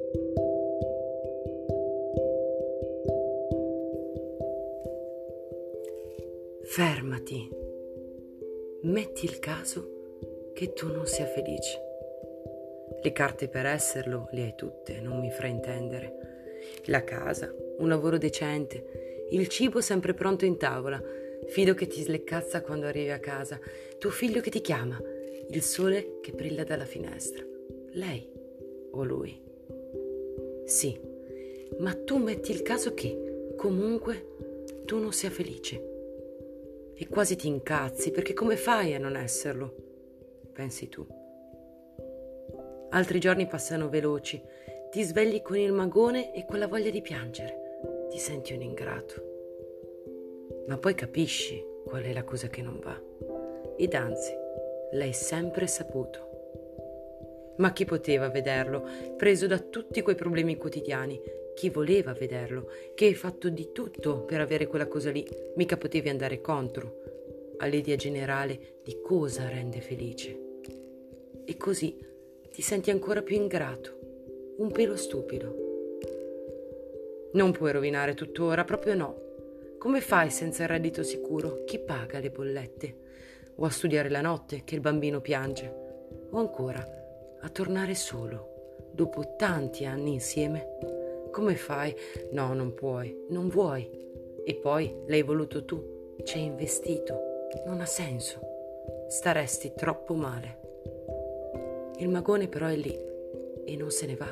Fermati. Metti il caso che tu non sia felice. Le carte per esserlo le hai tutte, non mi fraintendere. La casa, un lavoro decente, il cibo sempre pronto in tavola, Fido che ti sleccazza quando arrivi a casa, tuo figlio che ti chiama, il sole che brilla dalla finestra. Lei o lui? Sì, ma tu metti il caso che, comunque, tu non sia felice. E quasi ti incazzi, perché come fai a non esserlo? Pensi tu. Altri giorni passano veloci, ti svegli con il magone e quella voglia di piangere. Ti senti un ingrato. Ma poi capisci qual è la cosa che non va. Ed anzi, l'hai sempre saputo. Ma chi poteva vederlo, preso da tutti quei problemi quotidiani? Chi voleva vederlo, che hai fatto di tutto per avere quella cosa lì, mica potevi andare contro all'idea generale di cosa rende felice. E così ti senti ancora più ingrato, un pelo stupido. Non puoi rovinare tuttora, proprio no. Come fai senza il reddito sicuro? Chi paga le bollette? O a studiare la notte che il bambino piange? O ancora a tornare solo, dopo tanti anni insieme? Come fai? No, non puoi, non vuoi. E poi l'hai voluto tu, ci hai investito. Non ha senso. Staresti troppo male. Il magone però è lì e non se ne va.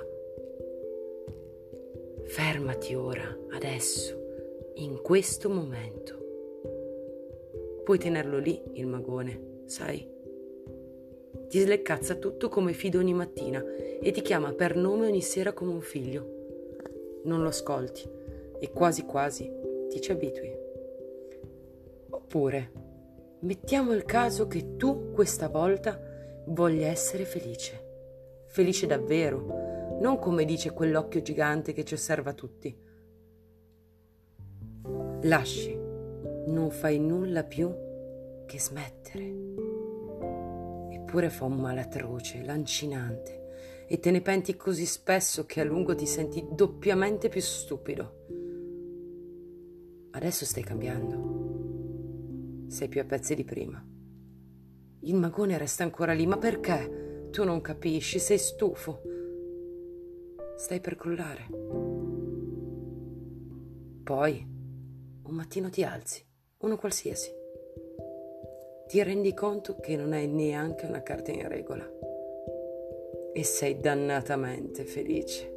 Fermati ora, adesso, in questo momento. Puoi tenerlo lì, il magone, sai? Ti sleccazza tutto come Fido ogni mattina e ti chiama per nome ogni sera come un figlio. Non lo ascolti e quasi quasi ti ci abitui. Oppure, mettiamo il caso che tu questa volta voglia essere felice. Felice davvero, non come dice quell'occhio gigante che ci osserva tutti. Lasci, non fai nulla più che smettere. Eppure fa un male atroce, lancinante, e te ne penti così spesso che a lungo ti senti doppiamente più stupido. Adesso stai cambiando. Sei più a pezzi di prima. Il magone resta ancora lì, ma perché? Tu non capisci, sei stufo. Stai per crollare. Poi, un mattino ti alzi, uno qualsiasi. Ti rendi conto che non hai neanche una carta in regola. E sei dannatamente felice.